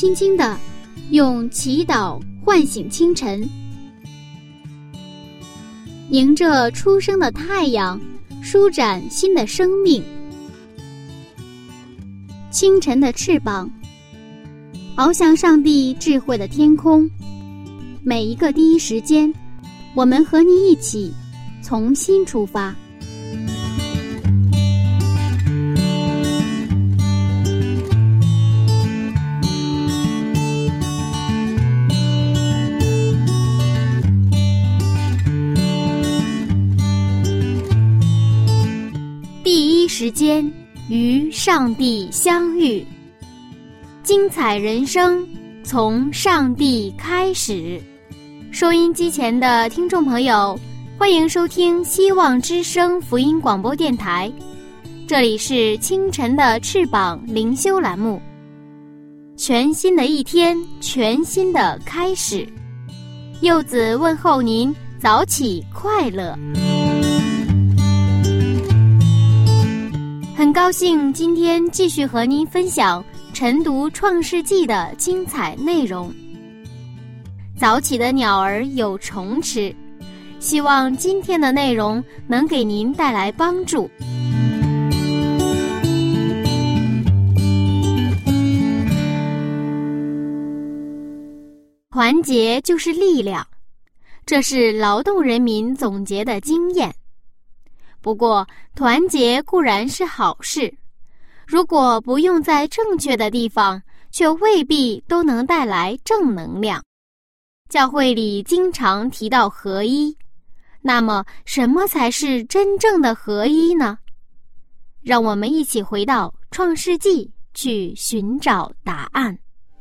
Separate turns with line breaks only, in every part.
轻轻地用祈祷唤醒清晨，迎着初升的太阳，舒展新的生命。清晨的翅膀，翱翔上帝智慧的天空。每一个第一时间，我们和你一起从新出发。第一时间与上帝相遇，精彩人生从上帝开始。收音机前的听众朋友，欢迎收听希望之声福音广播电台，这里是清晨的翅膀灵修栏目。全新的一天，全新的开始，柚子问候您早起快乐。很高兴今天继续和您分享晨读创世纪的精彩内容。早起的鸟儿有虫吃，希望今天的内容能给您带来帮助。团结就是力量，这是劳动人民总结的经验。不过，团结固然是好事，如果不用在正确的地方，却未必都能带来正能量。教会里经常提到合一，那么什么才是真正的合一呢？让我们一起回到创世纪去寻找答案。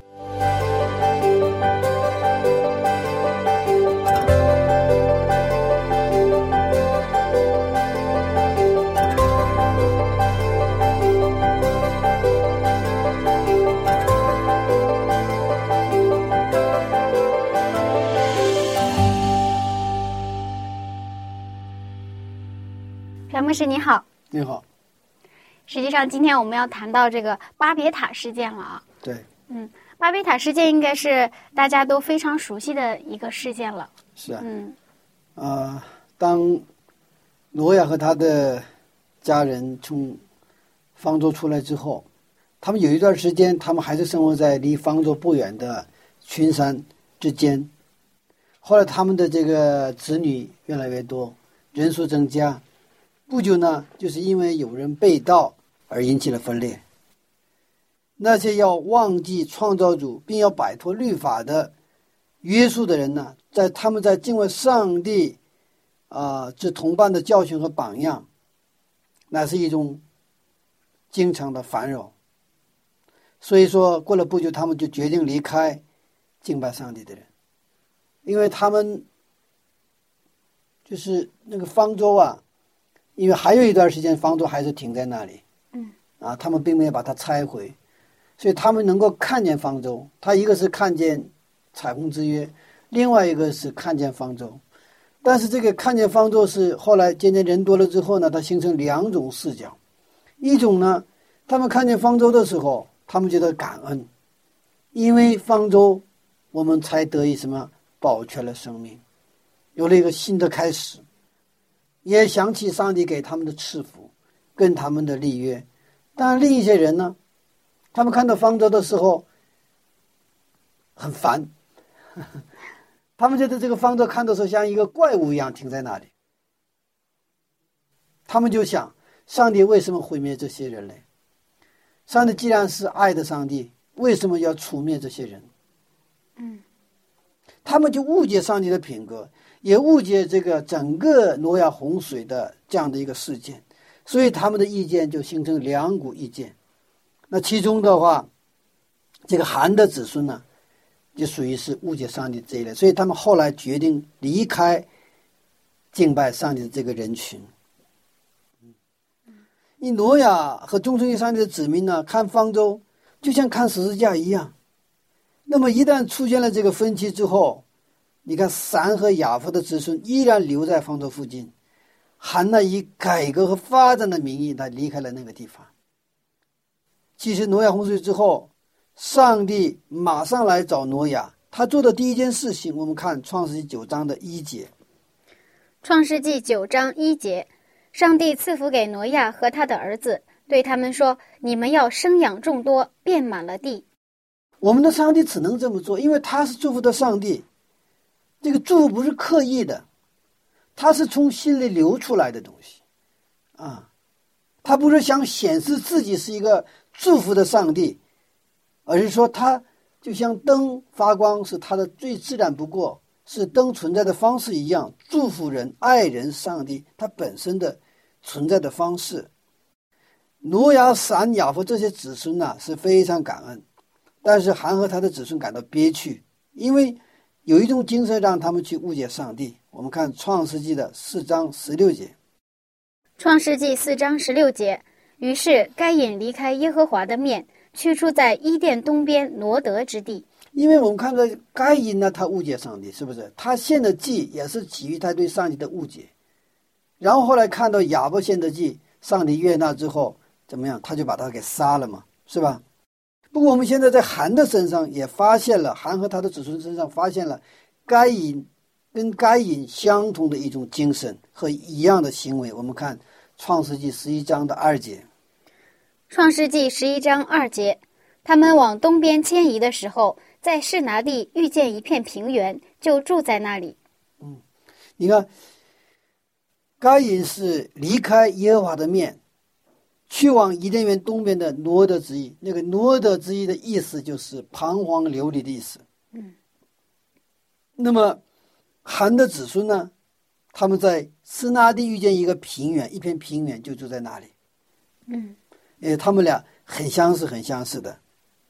詹牧师你好。
你好。
实际上今天我们要谈到这个巴别塔事件了啊。
对。
巴别塔事件应该是大家都非常熟悉的一个事件了。
是啊。当挪亚和他的家人从方舟出来之后，他们有一段时间他们还是生活在离方舟不远的群山之间。后来他们的这个子女越来越多，人数增加，不久呢，就是因为有人背道而引起了分裂。那些要忘记创造主并要摆脱律法的约束的人呢，他们在敬畏上帝之同伴的教训和榜样，那是一种经常的烦扰。所以说过了不久，他们就决定离开敬拜上帝的人，因为他们就是那个方舟因为还有一段时间方舟还是停在那里，他们并没有把它拆回，所以他们能够看见方舟。他一个是看见彩虹之约，另外一个是看见方舟。但是这个看见方舟是后来渐渐人多了之后呢，它形成两种视角。一种呢，他们看见方舟的时候，他们觉得感恩，因为方舟我们才得以什么保全了生命，有了一个新的开始，也想起上帝给他们的赐福跟他们的立约。但另一些人呢，他们看到方舟的时候很烦，他们觉得这个方舟看的时候像一个怪物一样停在那里。他们就想，上帝为什么毁灭这些人类？上帝既然是爱的上帝，为什么要除灭这些人？他们就误解上帝的品格，也误解这个整个挪亚洪水的这样的一个事件，所以他们的意见就形成两股意见。那其中的话，这个含的子孙呢，就属于是误解上帝这一类，所以他们后来决定离开敬拜上帝的这个人群。挪亚和忠诚于上帝的子民呢，看方舟就像看十字架一样。那么一旦出现了这个分歧之后，你看闪和雅弗的子孙依然留在方舟附近，含呢以改革和发展的名义，他离开了那个地方。其实挪亚洪水之后， 上帝马上来找挪亚，他做的第一件事情，我们看创世纪9章的1节。
创世纪9章1节，上帝赐福给挪亚和他的儿子，对他们说：你们要生养众多，遍满了地。
我们的上帝只能这么做，因为他是祝福的上帝。这个祝福不是刻意的，他是从心里流出来的东西啊，他不是想显示自己是一个祝福的上帝，而是说他就像灯发光是他的最自然不过，是灯存在的方式一样，祝福人、爱人，上帝他本身的存在的方式。挪亚、闪、雅弗这些子孙呢，是非常感恩，但是含和他的子孙感到憋屈，因为有一种精神让他们去误解上帝。我们看创世纪的4章16节。
创世纪4章16节，于是该隐离开耶和华的面，去住在伊甸东边挪得之地。
因为我们看到该隐呢，他误解上帝，是不是？他献的祭也是基于他对上帝的误解。然后后来看到亚伯献的祭，上帝悦纳之后怎么样？他就把他给杀了嘛，是吧？不过我们现在在韩的身上也发现了，韩和他的子孙身上发现了该隐跟该隐相同的一种精神和一样的行为。我们看创世纪11章的2节。
创世纪11章2节，他们往东边迁移的时候，在示拿地遇见一片平原，就住在那里。
你看该隐是离开耶和华的面，去往伊甸园东边的挪得之地。那个挪得之地的意思就是彷徨流离的意思。那么韩的子孙呢，他们在示拿地遇见一个平原，一片平原，就住在那里。他们俩很相似，很相似的。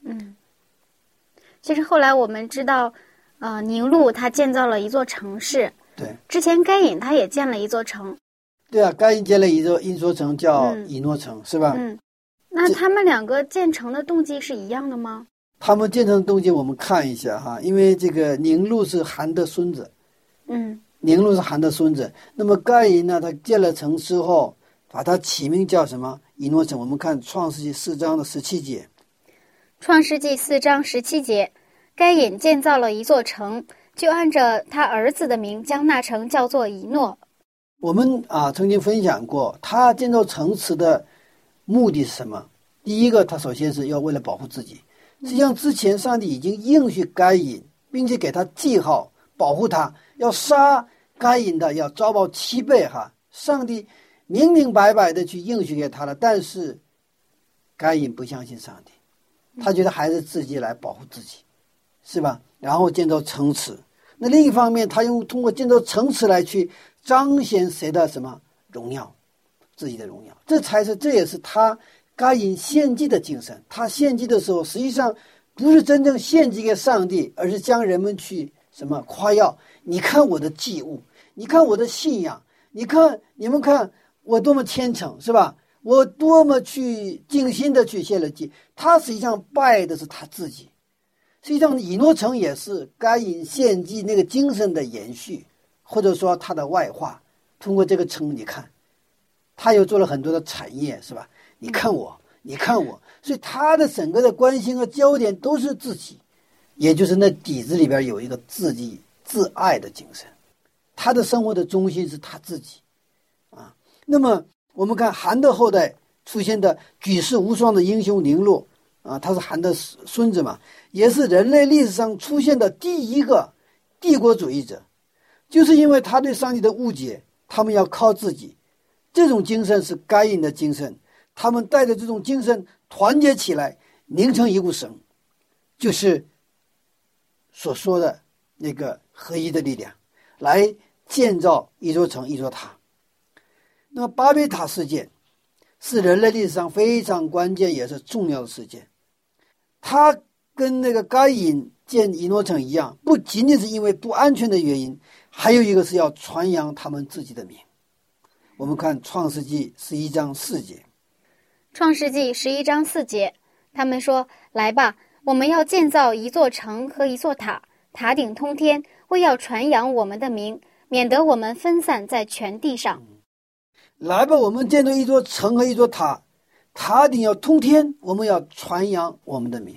其实后来我们知道，宁录他建造了一座城市。
对，
之前该隐他也建了一座城。
对啊，该隐建了一座城叫以诺城，是吧？
那他们两个建城的动机是一样的吗？
他们建城的动机我们看一下哈，因为这个宁录是韩的孙子。宁录是韩的孙子。那么该隐呢，他建了城之后，把他起名叫什么？以诺城。我们看创世纪4章的17节。
创世纪4章17节，该隐建造了一座城，就按着他儿子的名将那城叫做以诺。
我们曾经分享过，他建造城池的目的是什么？第一个，他首先是要为了保护自己。实际上之前上帝已经应许该隐，并且给他记号，保护他，要杀该隐的要遭报7倍哈。上帝明明白白的去应许给他了，但是该隐不相信上帝，他觉得还是自己来保护自己，是吧？然后建造城池。那另一方面，他通过建造城池来去彰显谁的什么荣耀，自己的荣耀。这也是他该隐献祭的精神。他献祭的时候，实际上不是真正献祭给上帝，而是将人们去什么夸耀。你看我的祭物，你看我的信仰，你们看我多么虔诚，是吧？我多么去精心的去献了祭。他实际上拜的是他自己。实际上以诺城也是该隐献祭那个精神的延续，或者说他的外化。通过这个城，你看他又做了很多的产业，是吧？你看我，所以他的整个的关心和焦点都是自己，也就是那底子里边有一个自己自爱的精神。他的生活的中心是他自己啊。那么我们看韩的后代出现的举世无双的英雄宁录啊，他是韩的孙子嘛，也是人类历史上出现的第一个帝国主义者。就是因为他对上帝的误解，他们要靠自己。这种精神是该隐的精神，他们带着这种精神团结起来，凝成一股绳，就是所说的那个合一的力量，来建造一座城一座塔。那么巴别塔事件是人类历史上非常关键也是重要的事件。它跟那个该隐建以诺城一样，不仅仅是因为不安全的原因，还有一个是要传扬他们自己的名。我们看创世纪11章4节。
创世纪11章4节，他们说：来吧，我们要建造一座城和一座塔，塔顶通天，为要传扬我们的名，免得我们分散在全地上。
来吧，我们建造一座城和一座塔，塔顶要通天，我们要传扬我们的名。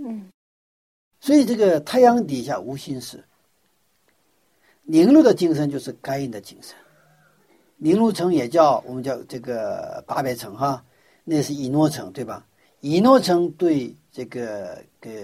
所以这个太阳底下无心事。宁录的精神就是该隐的精神。宁录城也叫我们叫这个巴别城哈，那是以诺城对吧？以诺城对这个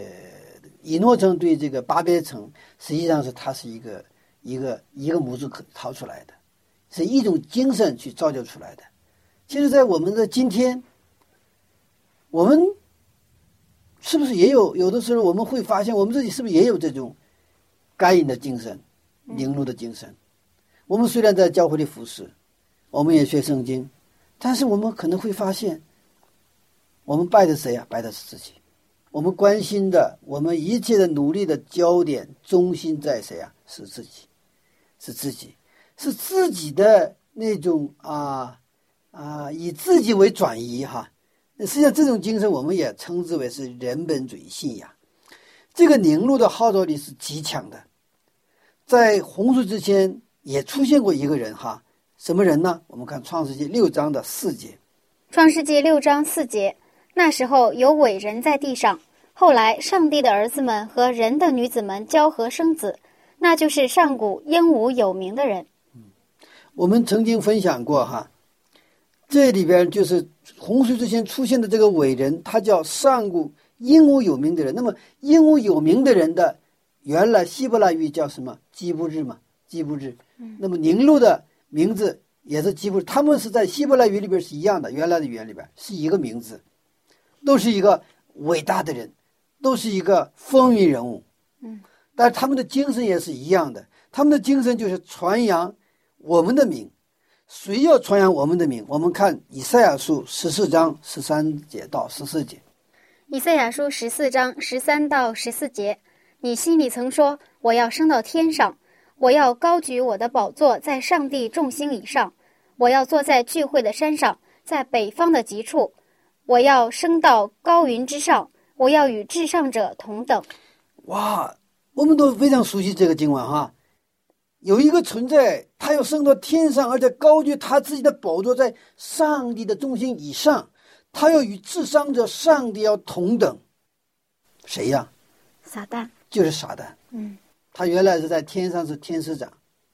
巴别城，实际上是它是一个模子陶出来的，是一种精神去造就出来的。其实，在我们的今天，我们是不是也有的时候我们会发现，我们自己是不是也有这种该隐的精神、宁录的精神？我们虽然在教会里服侍，我们也学圣经，但是我们可能会发现，我们拜的谁啊？拜的是自己。我们关心的，我们一切的努力的焦点中心在谁啊？是自己，是自己的那种以自己为转移哈。实际上这种精神我们也称之为是人本主义信仰。这个宁录的号召力是极强的。在洪水之前也出现过一个人哈，什么人呢？我们看创世纪6章的4节。
创世纪6章4节，那时候有伟人在地上，后来上帝的儿子们和人的女子们交合生子，那就是上古英武有名的人。
我们曾经分享过哈，这里边就是洪水之前出现的这个伟人，他叫上古英武有名的人。那么英武有名的人的原来希伯来语叫什么？基布日嘛，基布日。那么宁录的名字也是基布日，他们是在希伯来语里边是一样的，原来的语言里边是一个名字，都是一个伟大的人，都是一个风云人物。但是他们的精神也是一样的，他们的精神就是传扬我们的名。谁要传扬我们的名？我们看以赛亚书14章13节到14节。
以赛亚书14章13到14节，你心里曾说，我要升到天上，我要高举我的宝座在上帝众星以上，我要坐在聚会的山上，在北方的极处，我要升到高云之上，我要与至上者同等。
哇，我们都非常熟悉这个经文哈。有一个存在，他要升到天上，而且高举他自己的宝座在上帝的中心以上，他要与至上者上帝要同等。谁呀？
撒旦。
就是撒旦。他原来是在天上是天使长，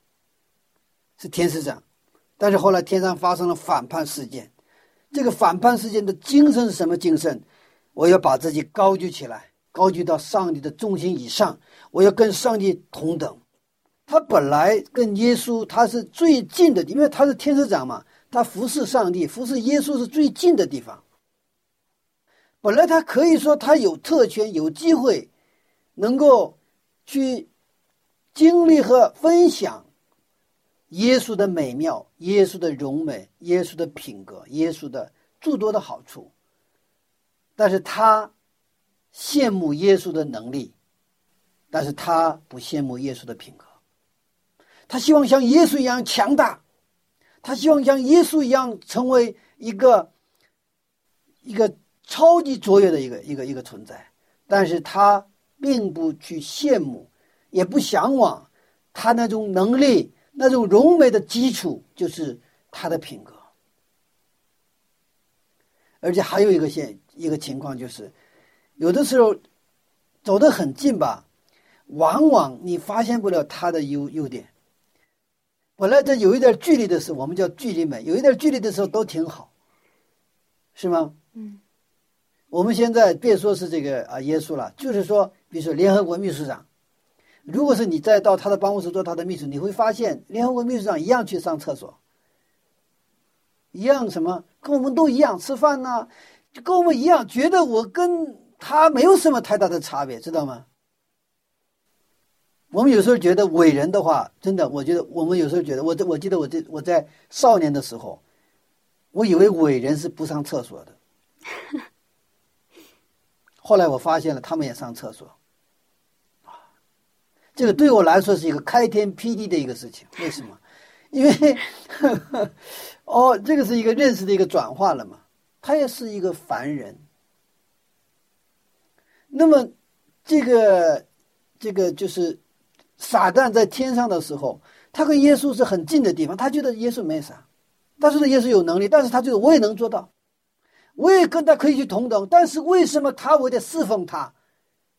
但是后来天上发生了反叛事件。这个反叛事件的精神是什么精神？我要把自己高举起来，高举到上帝的中心以上，我要跟上帝同等。他本来跟耶稣他是最近的，因为他是天使长嘛，他服侍上帝服侍耶稣是最近的地方。本来他可以说他有特权，有机会能够去经历和分享耶稣的美妙，耶稣的荣美，耶稣的品格，耶稣的诸多的好处。但是他羡慕耶稣的能力，但是他不羡慕耶稣的品格。他希望像耶稣一样强大，他希望像耶稣一样成为一个超级卓越的一个存在，但是他并不去羡慕，也不向往他那种能力，那种荣美的基础就是他的品格。而且还有一个情况，就是有的时候走得很近吧，往往你发现不了他的优点。本来这有一点距离的时候，我们叫距离美，有一点距离的时候都挺好，是吗？我们现在别说是这个耶稣了，就是说比如说联合国秘书长，如果是你再到他的办公室做他的秘书，你会发现联合国秘书长一样去上厕所，一样什么跟我们都一样吃饭呢，就跟我们一样，觉得我跟他没有什么太大的差别，知道吗？我们有时候觉得伟人的话，真的，我觉得我们有时候觉得，我记得我在少年的时候，我以为伟人是不上厕所的，后来我发现了，他们也上厕所，这个对我来说是一个开天辟地的一个事情。为什么？因为这个是一个认识的一个转化了嘛，他也是一个凡人。那么这个就是撒旦在天上的时候，他跟耶稣是很近的地方，他觉得耶稣没啥，但是耶稣有能力，但是他觉得我也能做到，我也跟他可以去同等，但是为什么我得侍奉他？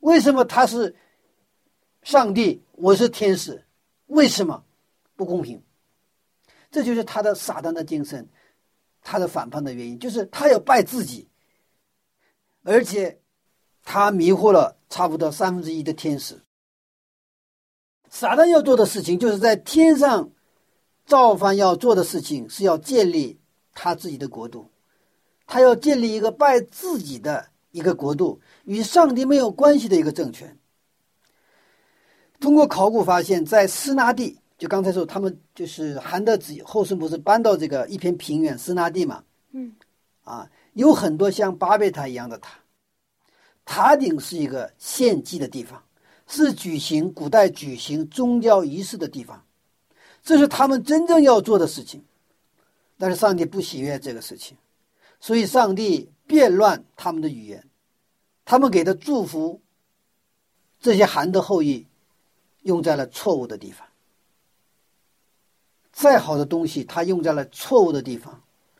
为什么他是上帝，我是天使？为什么不公平？这就是他的撒旦的精神，他的反叛的原因，就是他要拜自己，而且他迷惑了差不多1/3的天使。撒旦要做的事情，就是在天上造反要做的事情，是要建立他自己的国度，他要建立一个拜自己的一个国度，与上帝没有关系的一个政权。通过考古发现，在斯拿地，就刚才说他们就是韩德子后世不是搬到这个一片平原斯拿地嘛，有很多像巴别塔一样的塔，塔顶是一个献祭的地方，是古代举行宗教仪式的地方，这是他们真正要做的事情。但是上帝不喜悦这个事情，所以上帝变乱他们的语言，他们给的祝福，这些韩的后裔用在了错误的地方。再好的东西，他用在了错误的地方，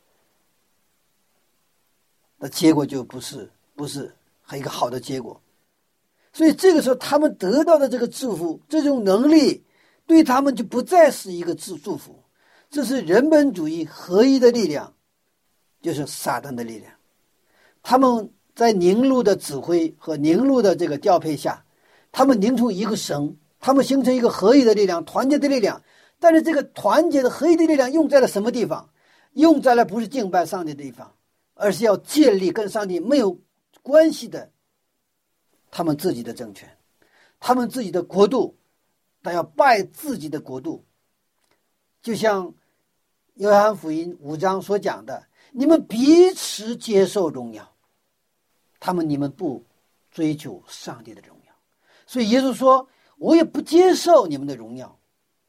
那结果就不是一个好的结果。所以这个时候他们得到的这个祝福，这种能力对他们就不再是一个祝福，这是人本主义合一的力量，就是撒旦的力量。他们在宁录的指挥和宁录的这个调配下，他们凝成一个绳，他们形成一个合一的力量，团结的力量。但是这个团结的合一的力量用在了什么地方？用在了不是敬拜上帝的地方，而是要建立跟上帝没有关系的他们自己的政权，他们自己的国度，他要拜自己的国度。就像约翰福音5章所讲的，你们彼此接受荣耀，你们不追求上帝的荣耀。所以耶稣说，我也不接受你们的荣耀。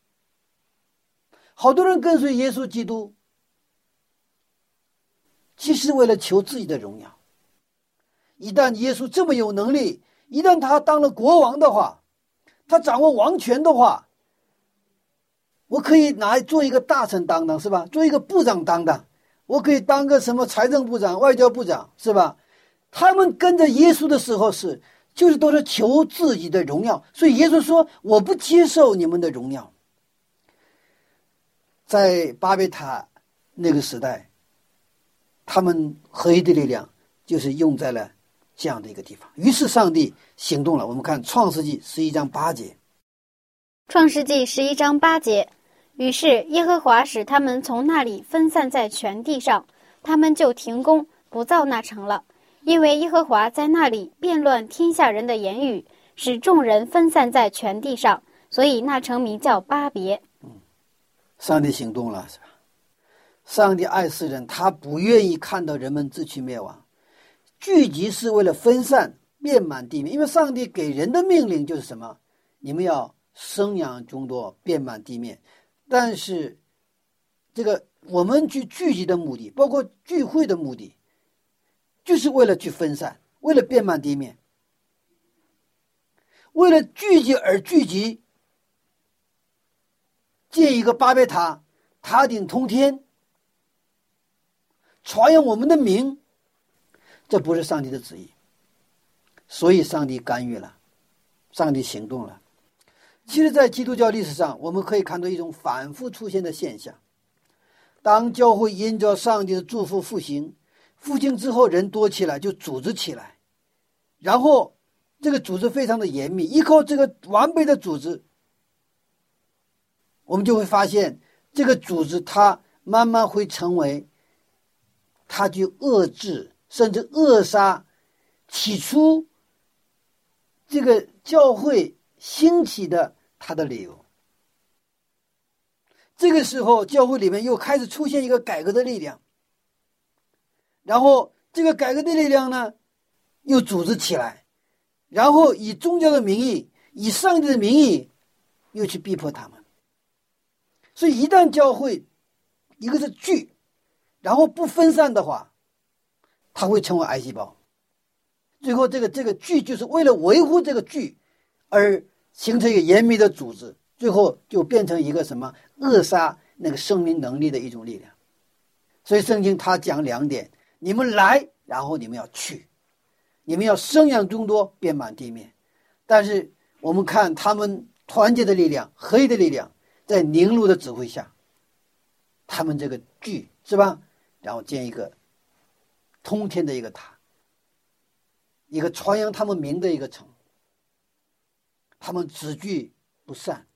好多人跟随耶稣基督，其实为了求自己的荣耀。一旦耶稣这么有能力，一旦他当了国王的话，他掌握王权的话，我可以做一个大臣当当，是吧？做一个部长当当，我可以当个什么财政部长、外交部长，是吧？他们跟着耶稣的时候都是求自己的荣耀。所以耶稣说，我不接受你们的荣耀。在巴别塔那个时代，他们合一的力量就是用在了这样的一个地方。于是上帝行动了。我们看创世纪11章8节。
创世纪11章8节，于是耶和华使他们从那里分散在全地上，他们就停工不造那城了，因为耶和华在那里变乱天下人的言语，使众人分散在全地上，所以那城名叫巴别。
上帝行动了，是吧？上帝爱世人，他不愿意看到人们自取灭亡。聚集是为了分散遍满地面，因为上帝给人的命令就是什么？你们要生养众多，遍满地面。但是这个我们去聚集的目的，包括聚会的目的，就是为了去分散，为了遍满地面，为了聚集而聚集，建一个巴别塔，塔顶通天，传扬我们的名，这不是上帝的旨意。所以上帝干预了，上帝行动了。其实在基督教历史上，我们可以看到一种反复出现的现象。当教会因着上帝的祝福复兴之后，人多起来就组织起来，然后这个组织非常的严密，依靠这个完备的组织，我们就会发现这个组织它慢慢会成为，它去遏制甚至扼杀起初这个教会兴起的它的理由。这个时候教会里面又开始出现一个改革的力量，然后这个改革的力量呢又组织起来，然后以宗教的名义，以上帝的名义又去逼迫他们。所以一旦教会一个是聚，然后不分散的话，它会成为癌细胞。最后这个聚就是为了维护这个聚而形成一个严密的组织，最后就变成一个什么扼杀那个生命能力的一种力量。所以圣经它讲2点，你们来，然后你们要去，你们要生养众多，遍满地面。 但是我们看他们团结的力量，合一的力量，在宁录的指挥下，他们这个聚是吧，然后建一个通天的一个塔，一个传扬他们名的一个城，他们只聚不散。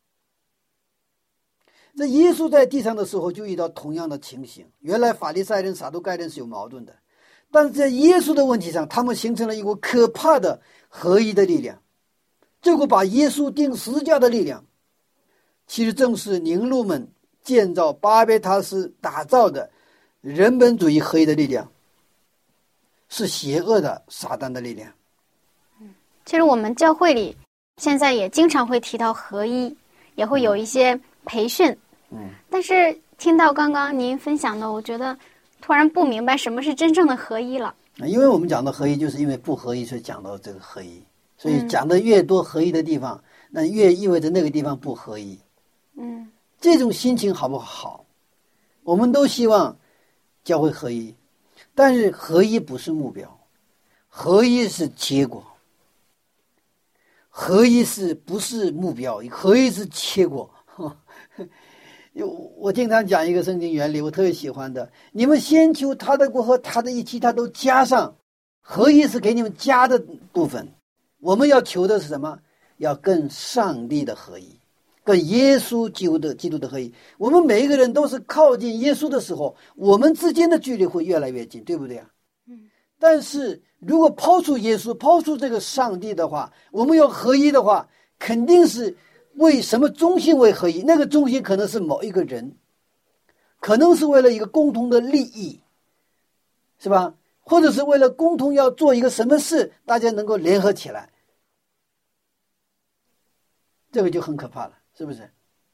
这耶稣在地上的时候就遇到同样的情形，原来法利赛人撒都该人是有矛盾的，但是在耶稣的问题上，他们形成了一股可怕的合一的力量。这股把耶稣钉十字架的力量，其实正是宁录们建造巴别塔斯打造的人本主义合一的力量，是邪恶的撒旦的力量。
其实我们教会里现在也经常会提到合一，也会有一些培训。但是听到刚刚您分享的，我觉得突然不明白什么是真正的合一了。
因为我们讲的合一，就是因为不合一，所以讲到这个合一。所以讲的越多合一的地方，那越意味着那个地方不合一。这种心情好不好？我们都希望教会合一，但是合一不是目标，合一是结果。合一不是目标，合一是结果。我经常讲一个圣经原理，我特别喜欢的，你们先求他的国和他的义，其他都加上。合一是给你们加的部分，我们要求的是什么？要跟上帝的合一，跟耶稣基督的合一。我们每一个人都是靠近耶稣的时候，我们之间的距离会越来越近，对不对啊？但是如果抛出耶稣，抛出这个上帝的话，我们要合一的话，肯定是为什么中心为合一？那个中心可能是某一个人，可能是为了一个共同的利益，是吧？或者是为了共同要做一个什么事，大家能够联合起来，这个就很可怕了，是不是？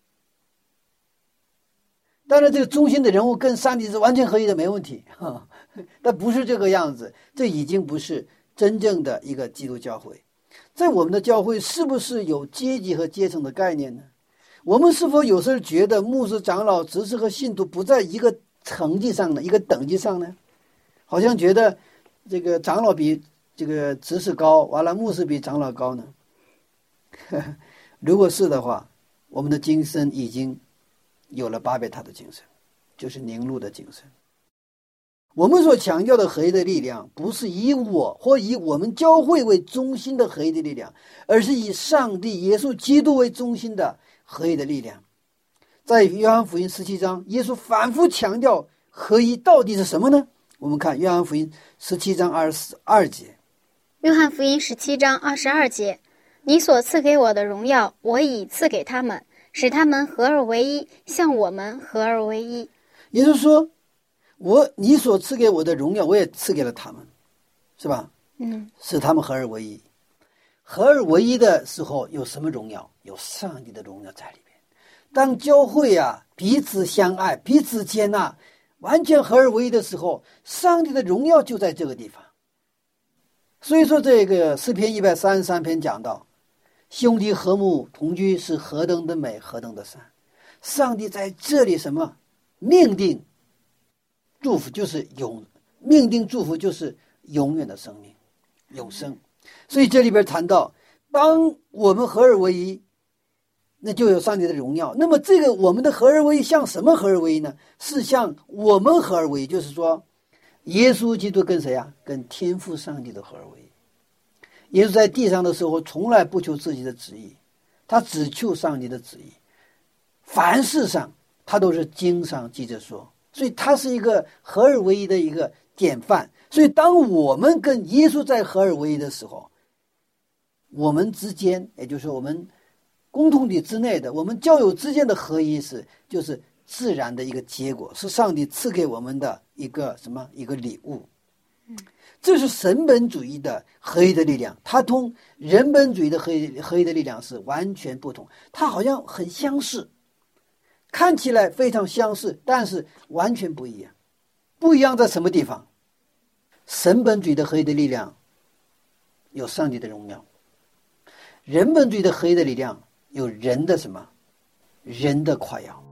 当然这个中心的人物跟上帝是完全合一的，没问题，但不是这个样子，这已经不是真正的一个基督教会。在我们的教会是不是有阶级和阶层的概念呢？我们是否有时候觉得牧师、长老、执事和信徒不在一个层级上呢，一个等级上呢？好像觉得这个长老比这个执事高，完了牧师比长老高呢？如果是的话，我们的精神已经有了巴别塔的精神，就是宁录的精神。我们所强调的合一的力量，不是以我或以我们教会为中心的合一的力量，而是以上帝耶稣基督为中心的合一的力量。在约翰福音17章，耶稣反复强调合一到底是什么呢？我们看约翰福音17章22节。
约翰福音17章22节，你所赐给我的荣耀，我已赐给他们，使他们合而为一，像我们合而为一。
也就是说，你所赐给我的荣耀，我也赐给了他们，是吧？使他们合而为一。合而为一的时候有什么荣耀？有上帝的荣耀在里面。当教会彼此相爱，彼此接纳，完全合而为一的时候，上帝的荣耀就在这个地方。所以说这个诗篇133篇讲到，兄弟和睦同居是何等的美，何等的善。上帝在这里什么？命定祝福就是命定祝福就是永远的生命，永生。所以这里边谈到，当我们合而为一，那就有上帝的荣耀。那么这个我们的合而为一像什么合而为一呢？是像我们合而为一，就是说耶稣基督跟谁啊？跟天父上帝的合而为一。耶稣在地上的时候从来不求自己的旨意，他只求上帝的旨意，凡事上他都是经上记着说，所以他是一个合而为一的一个典范。所以当我们跟耶稣在合而为一的时候，我们之间，也就是我们共同体之内的，我们教友之间的合一就是自然的一个结果，是上帝赐给我们的一个一个礼物。这是神本主义的合一的力量，它同人本主义的合一的力量是完全不同。它好像很相似，看起来非常相似，但是完全不一样。不一样在什么地方？神本主义的合一的力量有上帝的荣耀，人本主义的合一的力量有人的人的夸耀。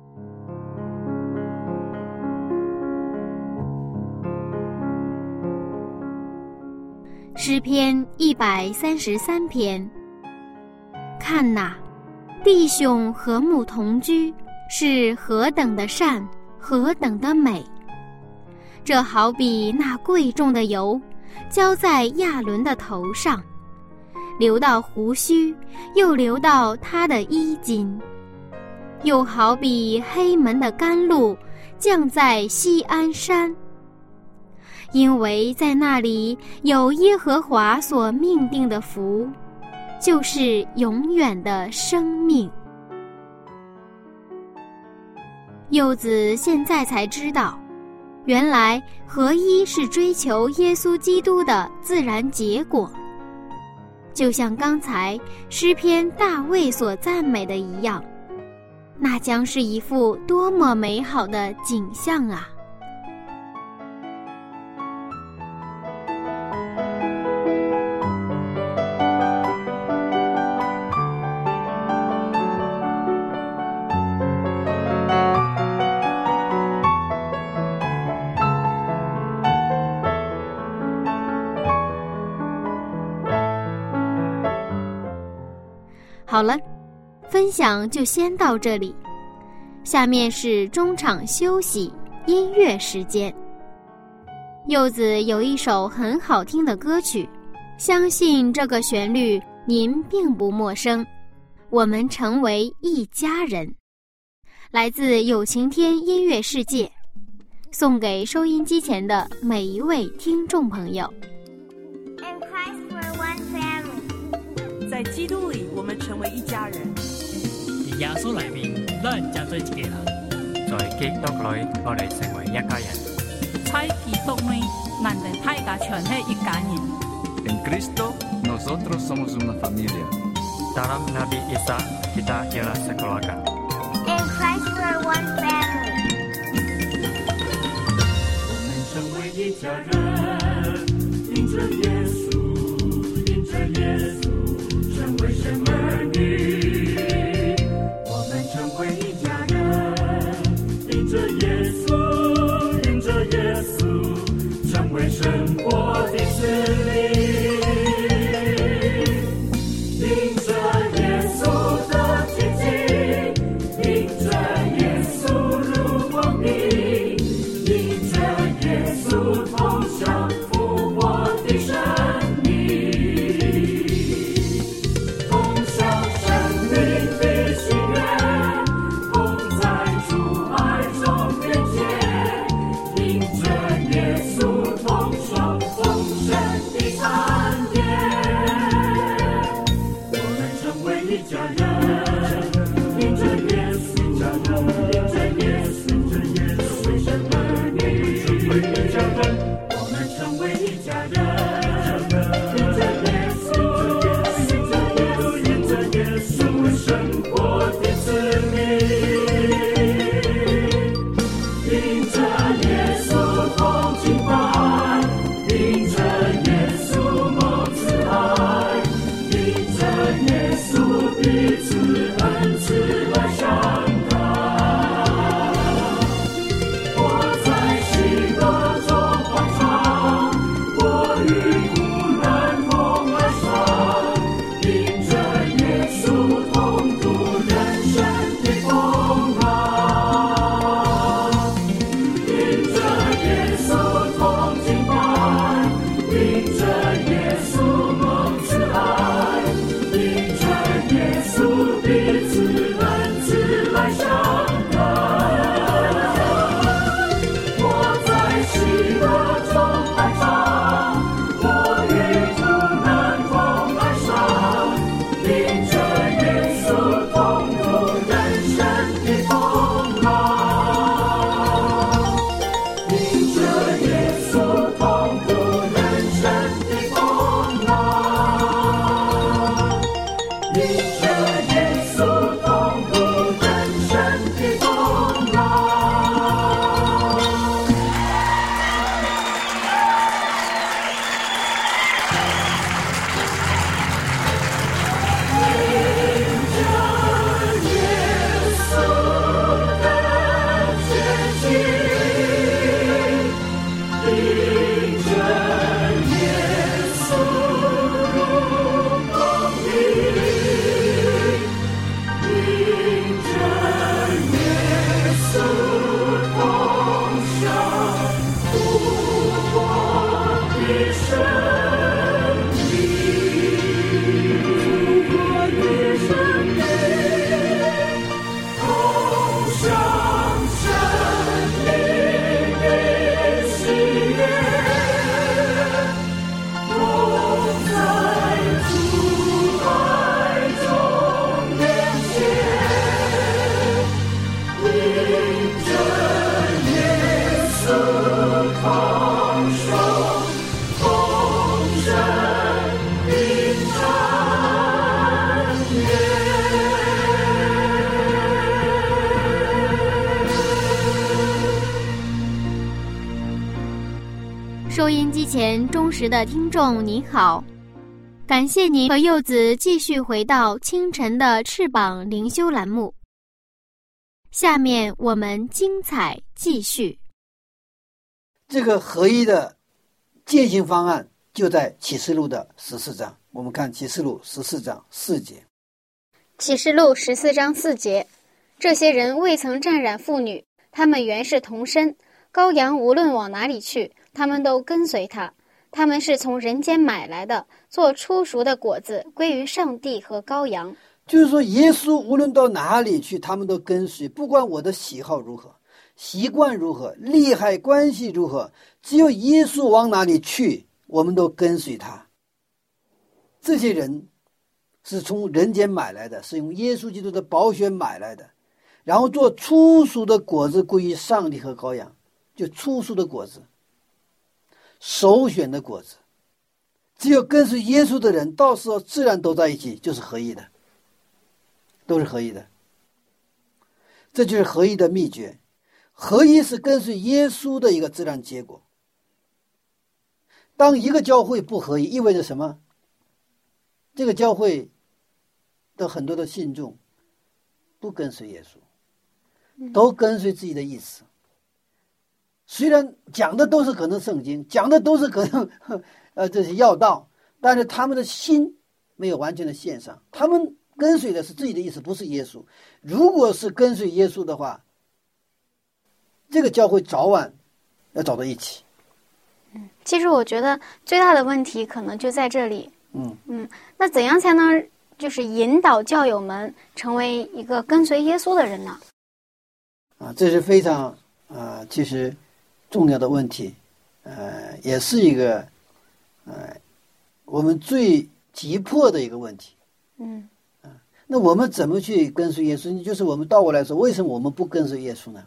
诗篇133篇， 看哪，弟兄和睦同居，是何等的善，何等的美！这好比那贵重的油，浇在亚伦的头上，流到胡须，又流到他的衣襟。又好比黑门的甘露，降在锡安山，因为在那里有耶和华所命定的福，就是永远的生命。柚子现在才知道，原来合一是追求耶稣基督的自然结果，就像刚才诗篇大卫所赞美的一样，那将是一幅多么美好的景象啊！好了，分享就先到这里，下面是中场休息音乐时间。柚子有一首很好听的歌曲，相信这个旋律您并不陌生，我们成为一家人，来自有晴天音乐世界，送给收音机前的每一位听众朋友。
在基督里，我们成為一家人。
在耶穌裏面，咱就做一家人。
在基督裏，我哋成為一家人。
在基督裏，咱哋大家全係一家人。
En Cristo, nosotros somos una familia.
Dalam Nabi Isa, kita ialah sekeluarga.
In Christ we're one family.
我们成为一家人，因着耶稣，因着耶稣。为神儿女，我们成为一家人，因着耶稣，因着耶稣，成为神国的子民，因着耶稣的奇迹，因着耶稣入光明，因着耶稣同受
收音机前忠实的听众您好，感谢您和柚子继续回到清晨的翅膀灵修栏目。下面我们精彩继续。
这个合一的践行方案就在启示录的14章，我们看启示录14章4节。
启示录14章4节，这些人未曾沾染妇女，他们原是同身，羔羊无论往哪里去，他们都跟随他。他们是从人间买来的，做初熟的果子，归于上帝和羔羊。
就是说耶稣无论到哪里去，他们都跟随，不管我的喜好如何，习惯如何，利害关系如何，只有耶稣往哪里去，我们都跟随他。这些人是从人间买来的，是用耶稣基督的宝血买来的，然后做初熟的果子归于上帝和羔羊，就初熟的果子，首选的果子。只有跟随耶稣的人，到时候自然都在一起，就是合一的，都是合一的。这就是合一的秘诀。合一是跟随耶稣的一个自然结果。当一个教会不合一，意味着什么？这个教会的很多的信众不跟随耶稣，都跟随自己的意思。虽然讲的都是可能圣经，讲的都是可能这些要道，但是他们的心没有完全的献上，他们跟随的是自己的意思，不是耶稣。如果是跟随耶稣的话，这个教会早晚要走到一起。
其实我觉得最大的问题可能就在这里。那怎样才能就是引导教友们成为一个跟随耶稣的人呢？
这是非常其实重要的问题，也是一个我们最急迫的一个问题。那我们怎么去跟随耶稣？就是我们倒过来说，为什么我们不跟随耶稣呢？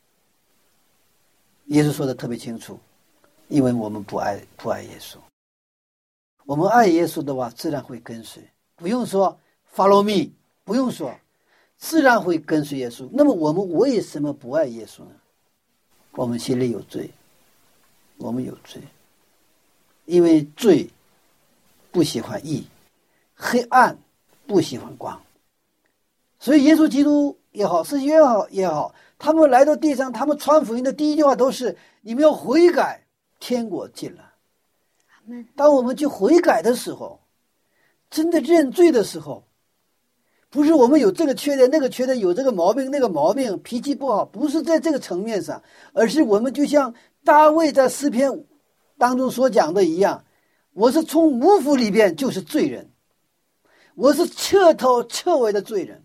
耶稣说的特别清楚，因为我们不爱耶稣。我们爱耶稣的话，自然会跟随，不用说 follow me， 不用说，自然会跟随耶稣。那么我们为什么不爱耶稣呢？我们心里有罪，我们有罪，因为罪不喜欢义，黑暗不喜欢光。所以耶稣基督也好，圣经也好，他们来到地上，他们传福音的第一句话都是：你们要悔改，天国近了。当我们去悔改的时候，真的认罪的时候，不是我们有这个缺点那个缺点，有这个毛病那个毛病，脾气不好，不是在这个层面上，而是我们就像大卫在诗篇当中所讲的一样，我是从五府里边就是罪人，我是彻头彻尾的罪人。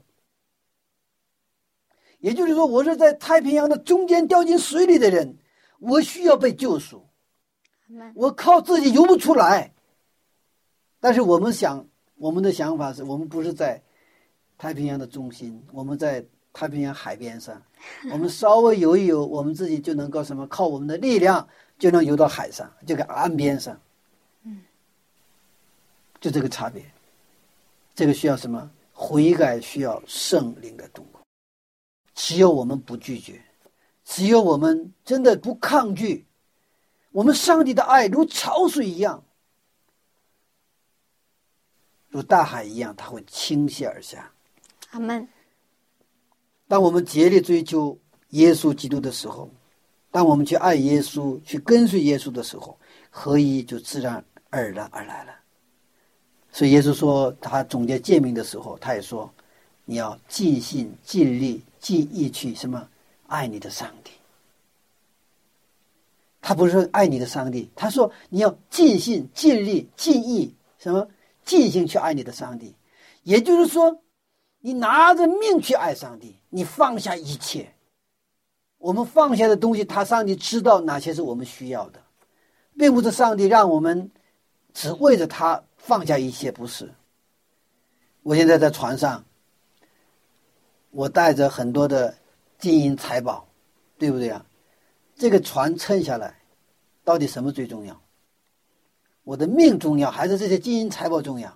也就是说，我是在太平洋的中间掉进水里的人，我需要被救赎，我靠自己游不出来。但是我们的想法是，我们不是在太平洋的中心，我们在太平洋海边上，我们稍微游一游，我们自己就能够靠我们的力量就能游到海上，这个岸边上。就这个差别。这个需要什么？悔改需要圣灵的动工。只有我们不拒绝，只有我们真的不抗拒，我们上帝的爱如潮水一样，如大海一样，它会倾泻而下。
阿们。
当我们竭力追求耶稣基督的时候，当我们去爱耶稣，去跟随耶稣的时候，合一就自然而然而来了。所以耶稣说，他总结诫命的时候，他也说，你要尽心尽力尽意去什么爱你的上帝。 他不是说爱你的上帝，他说你要尽心尽力尽意尽心去爱你的上帝。也就是说你拿着命去爱上帝，你放下一切。我们放下的东西，上帝知道哪些是我们需要的，并不是上帝让我们只为着他放下一切，不是。我现在在船上，我带着很多的金银财宝，对不对啊？这个船撑下来，到底什么最重要？我的命重要，还是这些金银财宝重要？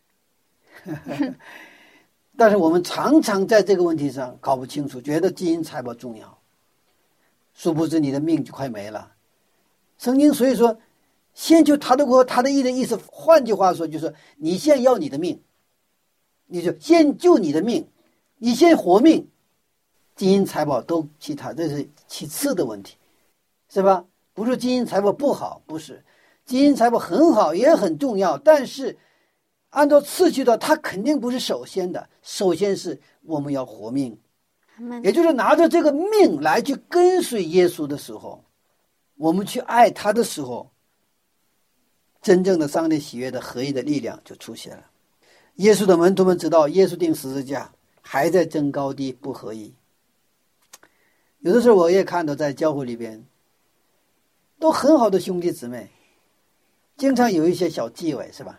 但是我们常常在这个问题上搞不清楚，觉得金银财宝重要，殊不知你的命就快没了。圣经所以说先求他的国他的义的意思，换句话说就是你先要你的命，你就先救你的命，你先活命，金银财宝都其他，这是其次的问题，是吧？不是金银财宝不好，不是，金银财宝很好也很重要，但是按照次序的，它肯定不是首先的，首先是我们要活命，也就是拿着这个命来去跟随耶稣的时候，我们去爱他的时候，真正的上帝喜悦的合一的力量就出现了。耶稣的门徒们知道耶稣钉十字架还在争高低不合一。有的时候我也看到在教会里边都很好的兄弟姊妹，经常有一些小忌讳，是吧？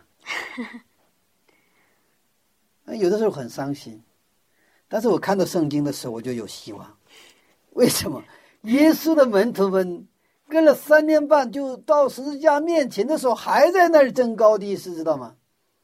有的时候很伤心，但是我看到圣经的时候我就有希望。为什么？耶稣的门徒们跟了3年半，就到十字架面前的时候还在那儿争高低，是知道吗？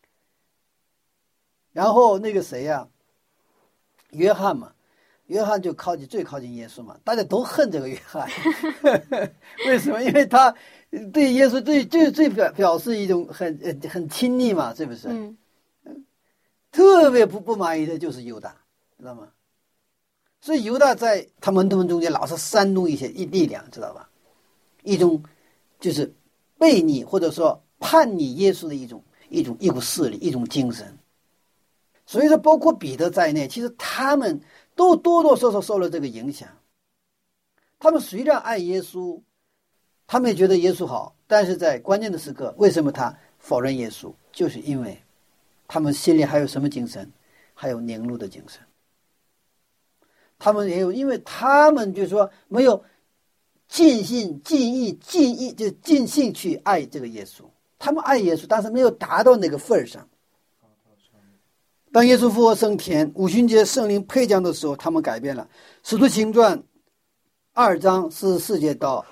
然后那个谁呀，约翰嘛，约翰就最靠近耶稣嘛，大家都恨这个约翰。为什么？因为他对耶稣最表示一种很亲密嘛，是不是？特别不满意的就是犹大，知道吗？所以犹大在他门徒们中间老是煽动一些力量，知道吧？一种就是背逆或者说叛逆耶稣的一股势力，一种精神。所以说包括彼得在内，其实他们都多多少少受了这个影响。他们虽然爱耶稣，他们也觉得耶稣好，但是在关键的时刻，为什么他否认耶稣？就是因为他们心里还有什么精神？还有凝露的精神。他们也有，因为他们就是说没有尽心尽意就尽兴去爱这个耶稣。他们爱耶稣，但是没有达到那个份上。当耶稣复活升天，五旬节圣灵配降的时候，他们改变了。使徒行传2章44节到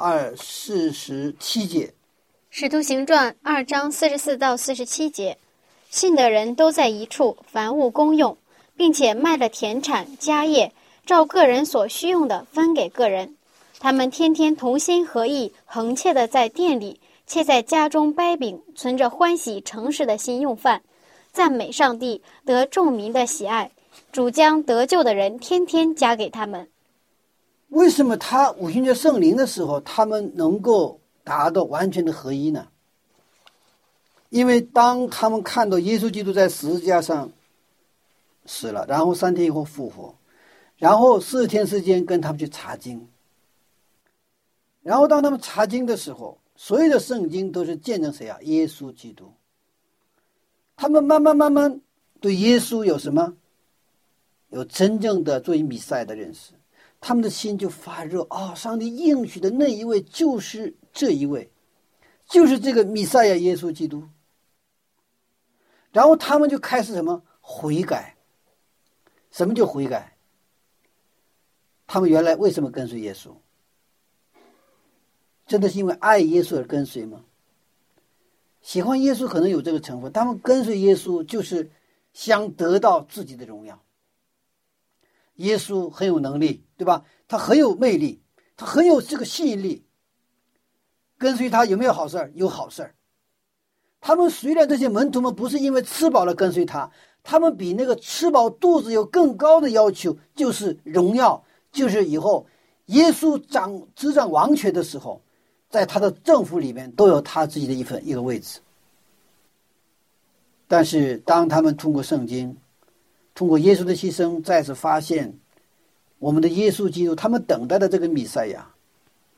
47节。
使徒行传2章44到47节，信的人都在一处，凡物公用，并且卖了田产家业，照个人所需用的分给个人。他们天天同心合意，恒切的在店里，且在家中掰饼，存着欢喜诚实的心用饭，赞美上帝，得众民的喜爱。主将得救的人天天加给他们。
为什么他五旬节圣灵的时候，他们能够达到完全的合一呢？因为当他们看到耶稣基督在十字架上死了，然后3天以后复活，然后40天时间跟他们去查经，然后当他们查经的时候，所有的圣经都是见证谁啊？耶稣基督。他们慢慢对耶稣有什么？有真正的作为弥赛亚的认识，他们的心就发热啊！上帝应许的那一位就是这一位，就是这个弥赛亚耶稣基督。然后他们就开始什么？悔改。什么叫悔改？他们原来为什么跟随耶稣？真的是因为爱耶稣而跟随吗？喜欢耶稣可能有这个成分，他们跟随耶稣就是想得到自己的荣耀。耶稣很有能力，对吧？他很有魅力，他很有这个吸引力。跟随他有没有好事？有好事。他们虽然这些门徒们不是因为吃饱了跟随他，他们比那个吃饱肚子有更高的要求，就是荣耀，就是以后耶稣执掌王权的时候，在他的政府里面都有他自己的一个位置。但是当他们通过圣经，通过耶稣的牺牲，再次发现我们的耶稣基督，他们等待的这个弥赛亚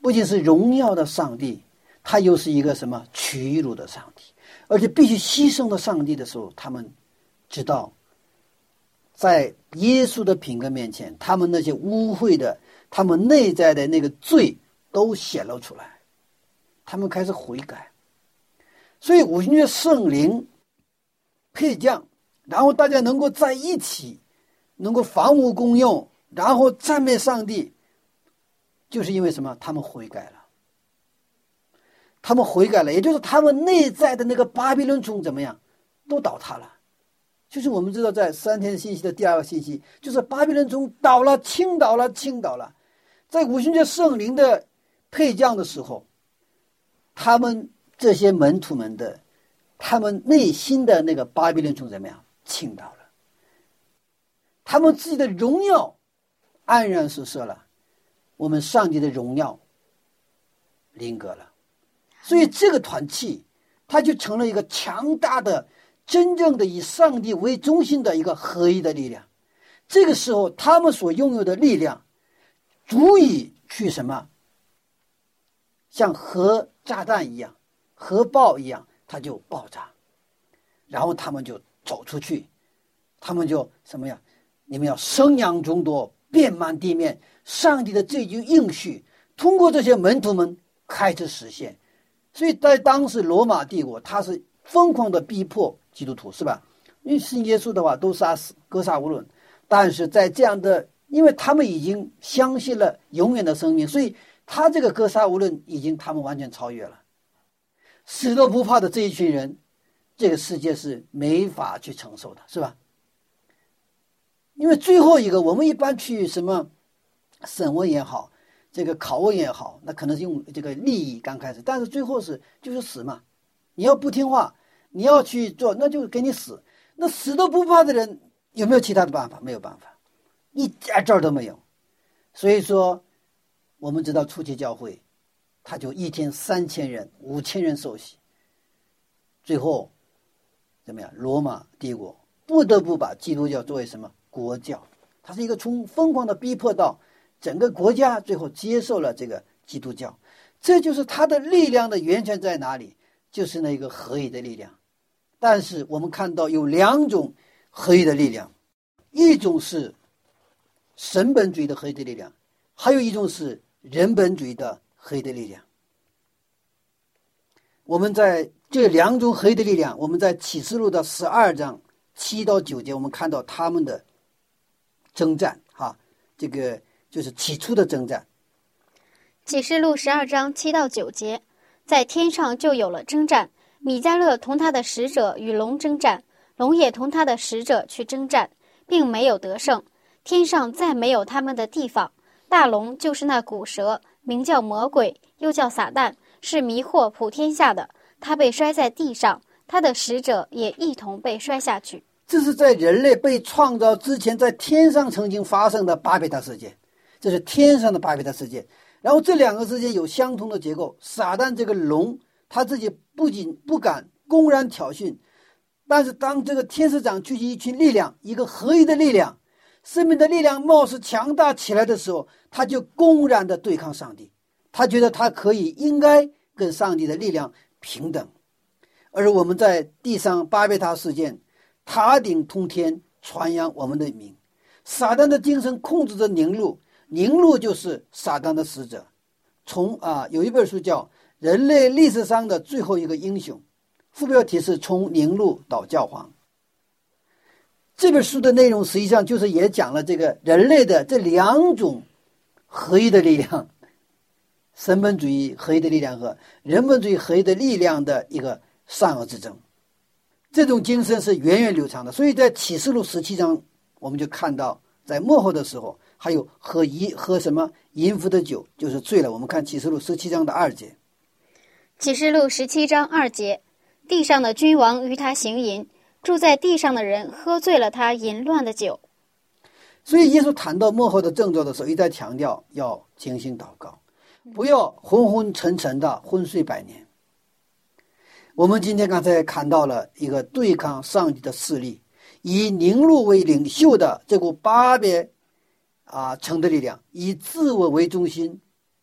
不仅是荣耀的上帝，他又是一个什么屈辱的上帝，而且必须牺牲的上帝的时候，他们知道在耶稣的品格面前，他们那些污秽的，他们内在的那个罪都显露出来，他们开始悔改。所以五旬节圣灵配降，然后大家能够在一起，能够房屋共用，然后赞美上帝，就是因为什么？他们悔改了。他们悔改了，也就是他们内在的那个巴比伦钟怎么样，都倒塌了。就是我们知道在3天信息的第2个信息，就是巴比伦钟倒了，倾倒了。在五旬节圣灵的配降的时候，他们这些门徒们的他们内心的那个巴比伦钟怎么样，倾倒了，他们自己的荣耀黯然失色了，我们上帝的荣耀临格了。所以这个团契它就成了一个强大的真正的以上帝为中心的一个合一的力量。这个时候他们所拥有的力量足以去什么，像核炸弹一样，核爆一样，它就爆炸，然后他们就走出去，他们就什么呀，你们要生养众多，遍满地面，上帝的这句应许通过这些门徒们开始实现。所以在当时罗马帝国，他是疯狂的逼迫基督徒，是吧？因为信耶稣的话都杀死，格杀无论。但是在这样的，因为他们已经相信了永远的生命，所以他这个格杀无论已经他们完全超越了。死都不怕的这一群人，这个世界是没法去承受的，是吧？因为最后一个，我们一般去什么审问也好，这个拷问也好，那可能是用这个利益刚开始，但是最后就是死嘛。你要不听话，你要去做，那就给你死。那死都不怕的人有没有其他的办法？没有办法，一点招都没有。所以说我们知道初期教会他就一天3000人5000人受洗，最后怎么样，罗马帝国不得不把基督教作为什么国教，它是一个从疯狂的逼迫到整个国家最后接受了这个基督教。这就是它的力量的源泉在哪里，就是那个合一的力量。但是我们看到有2种合一的力量，一种是神本主义的合一的力量，还有一种是人本主义的合一的力量。我们在这2种合一的力量，我们在启示录的12章7到9节，我们看到他们的征战这个就是起初的征战。
启示录12章7到9节，在天上就有了征战，米迦勒同他的使者与龙征战，龙也同他的使者去征战，并没有得胜。天上再没有他们的地方。大龙就是那古蛇，名叫魔鬼，又叫撒旦，是迷惑普天下的。他被摔在地上，他的使者也一同被摔下去。
这是在人类被创造之前，在天上曾经发生的巴别塔事件，这是天上的巴别塔事件。然后这2个事件有相同的结构。撒旦这个龙，他自己不仅不敢公然挑衅，但是当这个天使长聚集一群力量，一个合一的力量，生命的力量貌似强大起来的时候，他就公然的对抗上帝，他觉得他可以应该跟上帝的力量平等。而我们在地上巴别塔事件，塔顶通天，传扬我们的名。撒旦的精神控制着宁录，宁录就是撒旦的使者。有一本书叫《人类历史上的最后一个英雄》，副标题是从宁录到教皇。这本书的内容实际上就是也讲了这个人类的这2种合一的力量，神本主义合一的力量和人本主义合一的力量的一个善恶之争。这种精神是源远流长的。所以在启示录17章我们就看到，在末后的时候还有喝什么淫妇的酒，就是醉了。我们看启示录17章的2节。
启示录17章2节，地上的君王与他行淫，住在地上的人喝醉了他淫乱的酒。
所以耶稣谈到末后的征兆的时候，一再强调要警醒祷告，不要昏昏沉沉的昏睡百年。我们今天刚才看到了一个对抗上帝的势力，以宁录为领袖的这股巴别城的力量，以自我为中心，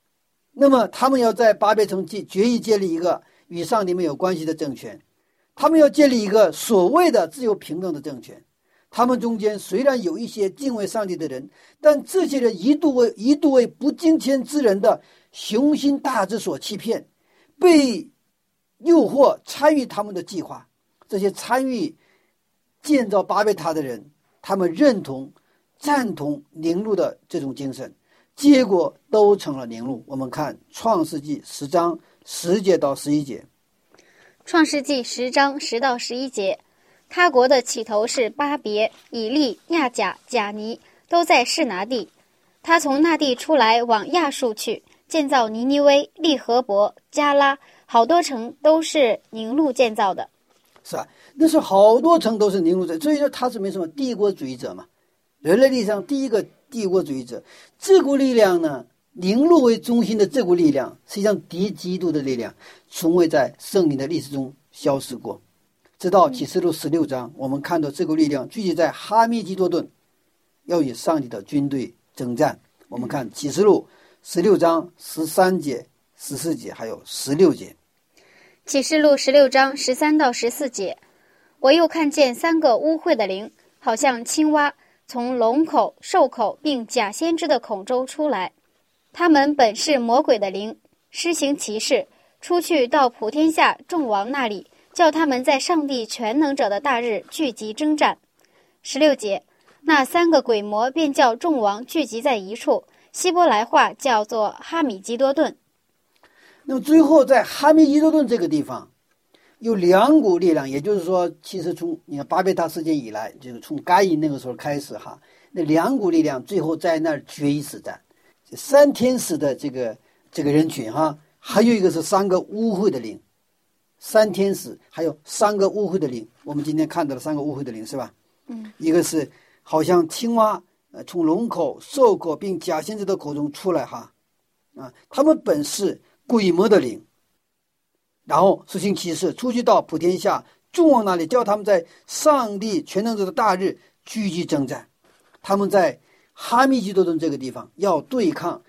那么他们要在巴别城决意建立一个与上帝没有关系的政权，他们要建立一个所谓的自由平等的政权。他们中间虽然有一些敬畏上帝的人，但这些人一度为不敬虔之人的雄心大志所欺骗，被诱惑参与他们的计划。这些参与建造巴别塔的人，他们赞同宁录的这种精神，结果都成了宁录。我们看创世纪10章10节到11节。
创世纪10章10到11节，他国的起头是巴别、以利、亚甲、甲尼，都在示拿地。他从那地出来，往亚述去，建造尼尼微、利河伯、加拉，好多城都是宁录建造的。
是吧？那是好多城都是宁录者，所以说他是没什么帝国主义者嘛，人类历史上第一个帝国主义者。这股力量呢，宁录为中心的这股力量，实际上敌基督的力量，从未在圣灵的历史中消失过。直到启示录16章，我们看到这股力量聚集在哈密基多顿，要与上帝的军队征战。我们看启示录16章13节、14节还有16节。
启示录16章13到14节，我又看见3个污秽的灵，好像青蛙，从龙口、兽口并假先知的口中出来。他们本是魔鬼的灵，施行奇事，出去到普天下众王那里，叫他们在上帝全能者的大日聚集征战。16节，那3个鬼魔便叫众王聚集在一处，希伯来话叫做哈米基多顿。
那么最后在哈密基多顿这个地方有2股力量，也就是说其实从你看巴别塔事件以来，就是从该隐那个时候开始哈，那2股力量最后在那儿决一死战。3天使的这个人群哈，还有一个是3个污秽的灵，3天使还有3个污秽的灵，我们今天看到了3个污秽的灵是吧？一个是好像青蛙从龙口、兽口并假先知的口中出来哈，他们本是鬼魔的灵，然后施行奇事，出去到普天下众王那里，叫他们在上帝全能者的大日聚集征战。他们在哈密基多顿这个地方要对抗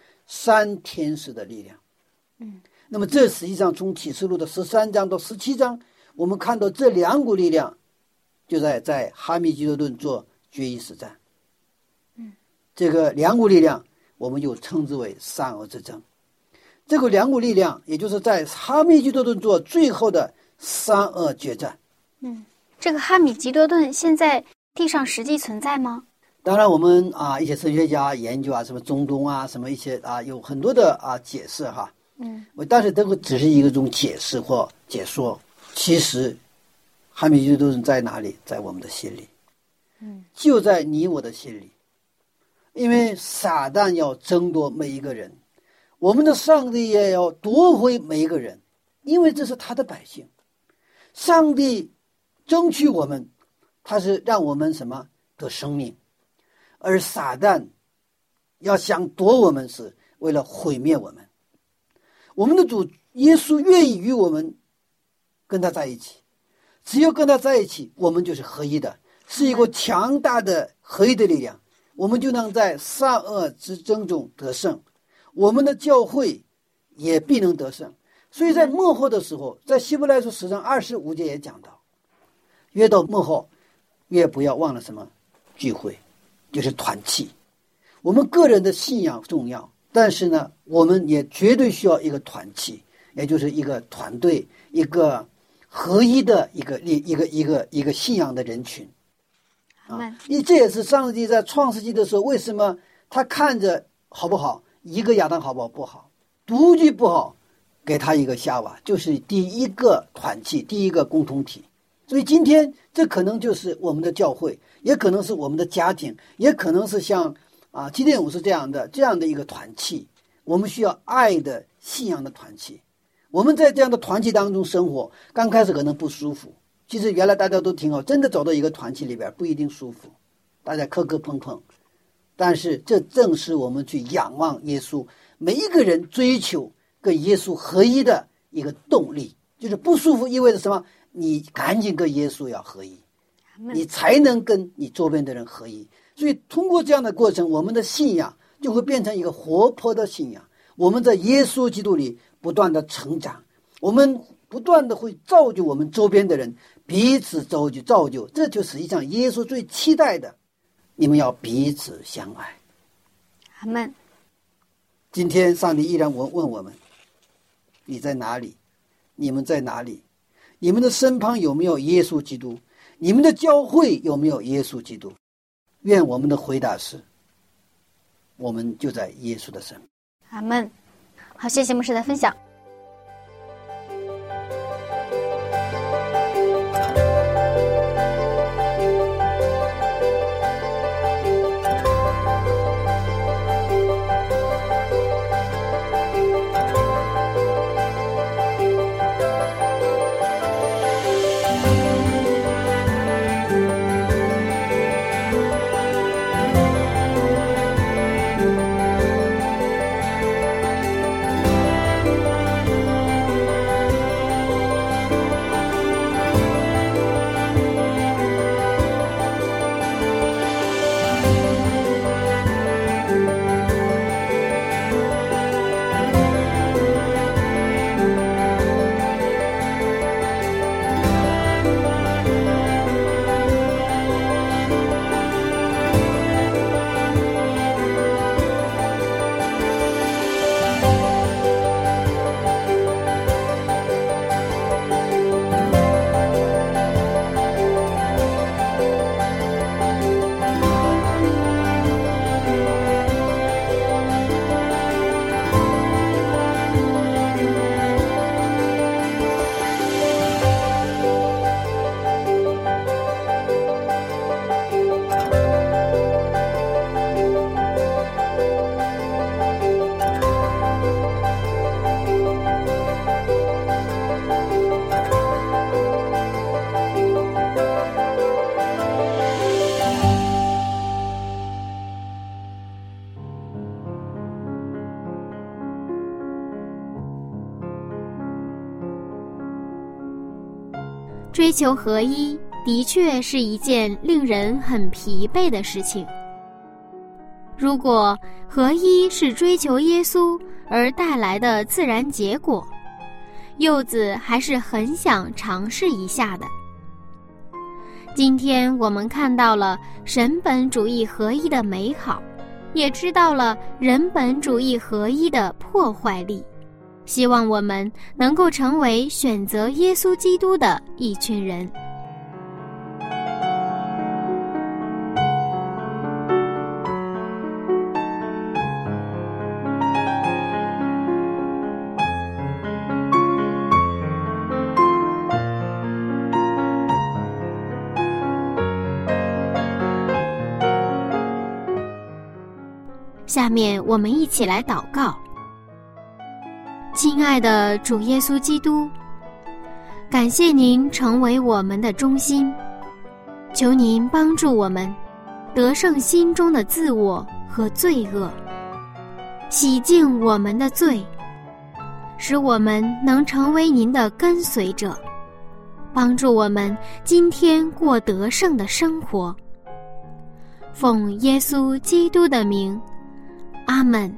3天使的力量。那么这实际上从启示录的13章到17章，我们看到这2股力量就在哈密基多顿做决一死战。这个2股力量我们又称之为善恶之争。这个2股力量也就是在哈密基多顿做最后的善恶决战。
这个哈米基多顿现在地上实际存在吗？
当然我们一些神学家研究什么中东什么一些有很多的解释哈。但是这个只是一种解释或解说，其实哈密基多顿在哪里？在我们的心里，就在你我的心里。因为撒旦要争夺每一个人，我们的上帝也要夺回每一个人，因为这是他的百姓。上帝争取我们，他是让我们什么得生命，而撒旦要想夺我们，是为了毁灭我们。我们的主耶稣愿意与我们跟他在一起，只有跟他在一起，我们就是合一的，是一个强大的合一的力量，我们就能在善恶之争中得胜，我们的教会也必能得胜。所以在末后的时候，在希伯来书10章25节也讲到，越到末后越不要忘了什么聚会，就是团契。我们个人的信仰重要，但是呢，我们也绝对需要一个团契，也就是一个团队，一个合一的一个信仰的人群。这也是上帝在创世纪的时候，为什么他看着好不好，一个亚当好不好？不好，独居不好，给他一个夏娃，就是第一个团契，第一个共同体。所以今天这可能就是我们的教会，也可能是我们的家庭，也可能是像基甸武士这样的一个团契。我们需要爱的信仰的团契。我们在这样的团契当中生活，刚开始可能不舒服，其实原来大家都挺好，真的走到一个团契里边不一定舒服，大家磕磕碰碰，但是这正是我们去仰望耶稣，每一个人追求跟耶稣合一的一个动力。就是不舒服意味着什么？你赶紧跟耶稣要合一，你才能跟你周边的人合一。所以通过这样的过程，我们的信仰就会变成一个活泼的信仰， 我们在耶稣基督里不断的成长，我们不断的会造就我们周边的人，彼此造就，这就实际上耶稣最期待的，你们要彼此相爱。
阿们。
今天上帝依然问我们，你在哪里？你们在哪里？你们的身旁有没有耶稣基督？你们的教会有没有耶稣基督？愿我们的回答是，我们就在耶稣的身边。
阿们。好，谢谢牧师的分享。
追求合一的确是一件令人很疲惫的事情。如果合一是追求耶稣而带来的自然结果，柚子还是很想尝试一下的。今天我们看到了神本主义合一的美好，也知道了人本主义合一的破坏力。希望我们能够成为选择耶稣基督的一群人。下面我们一起来祷告。亲爱的主耶稣基督，感谢您成为我们的中心，求您帮助我们得胜心中的自我和罪恶，洗净我们的罪，使我们能成为您的跟随者，帮助我们今天过得胜的生活。奉耶稣基督的名，阿们。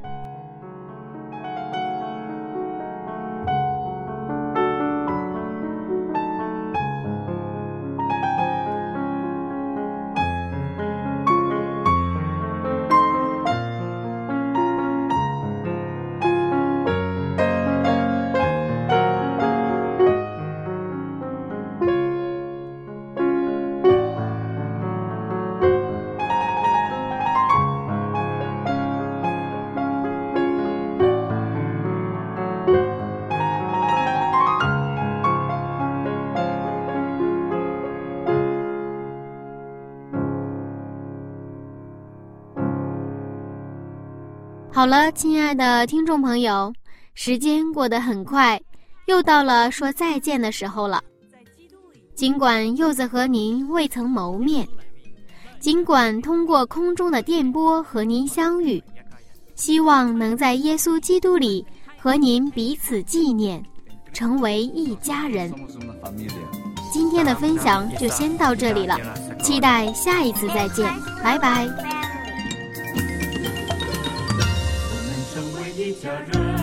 好了，亲爱的听众朋友，时间过得很快，又到了说再见的时候了。尽管柚子和您未曾谋面，尽管通过空中的电波和您相遇，希望能在耶稣基督里和您彼此纪念，成为一家人。今天的分享就先到这里了，期待下一次再见，拜拜。
我们成为一家人。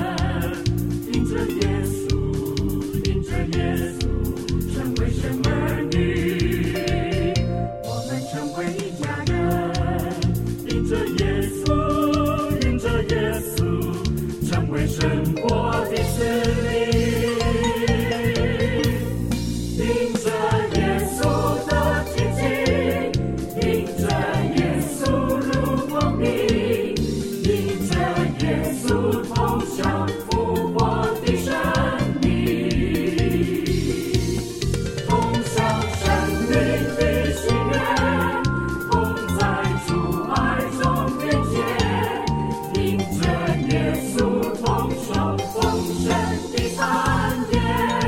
的喜悦，同在主爱中连结，因着耶稣同受丰盛的产业，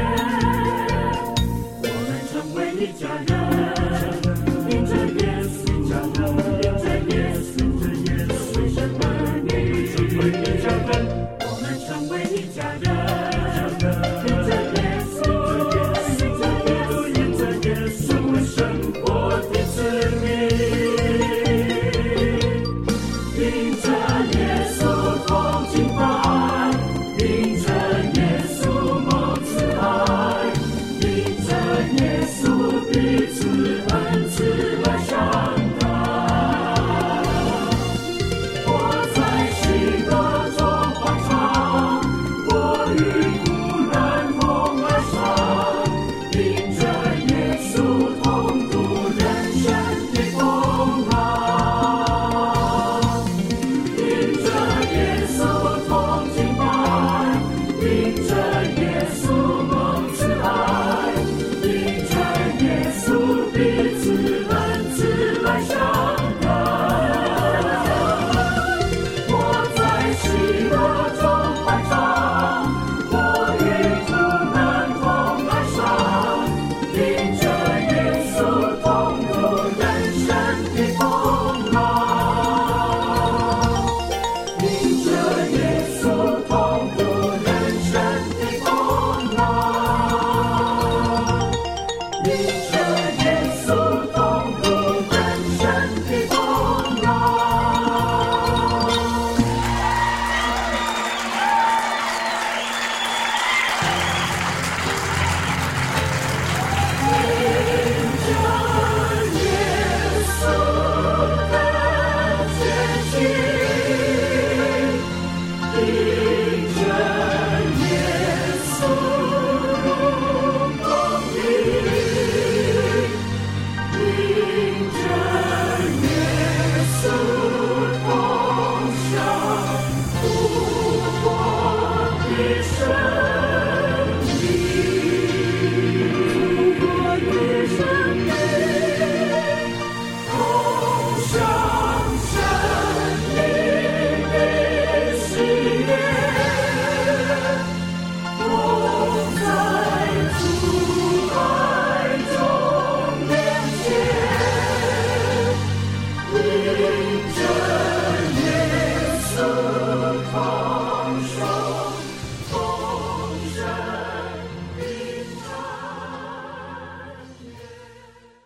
我们成为一家人，因着耶稣，因着耶稣，为什么你成为一家人？我们成为一家人。因着耶稣，因着耶稣，因着耶稣，为什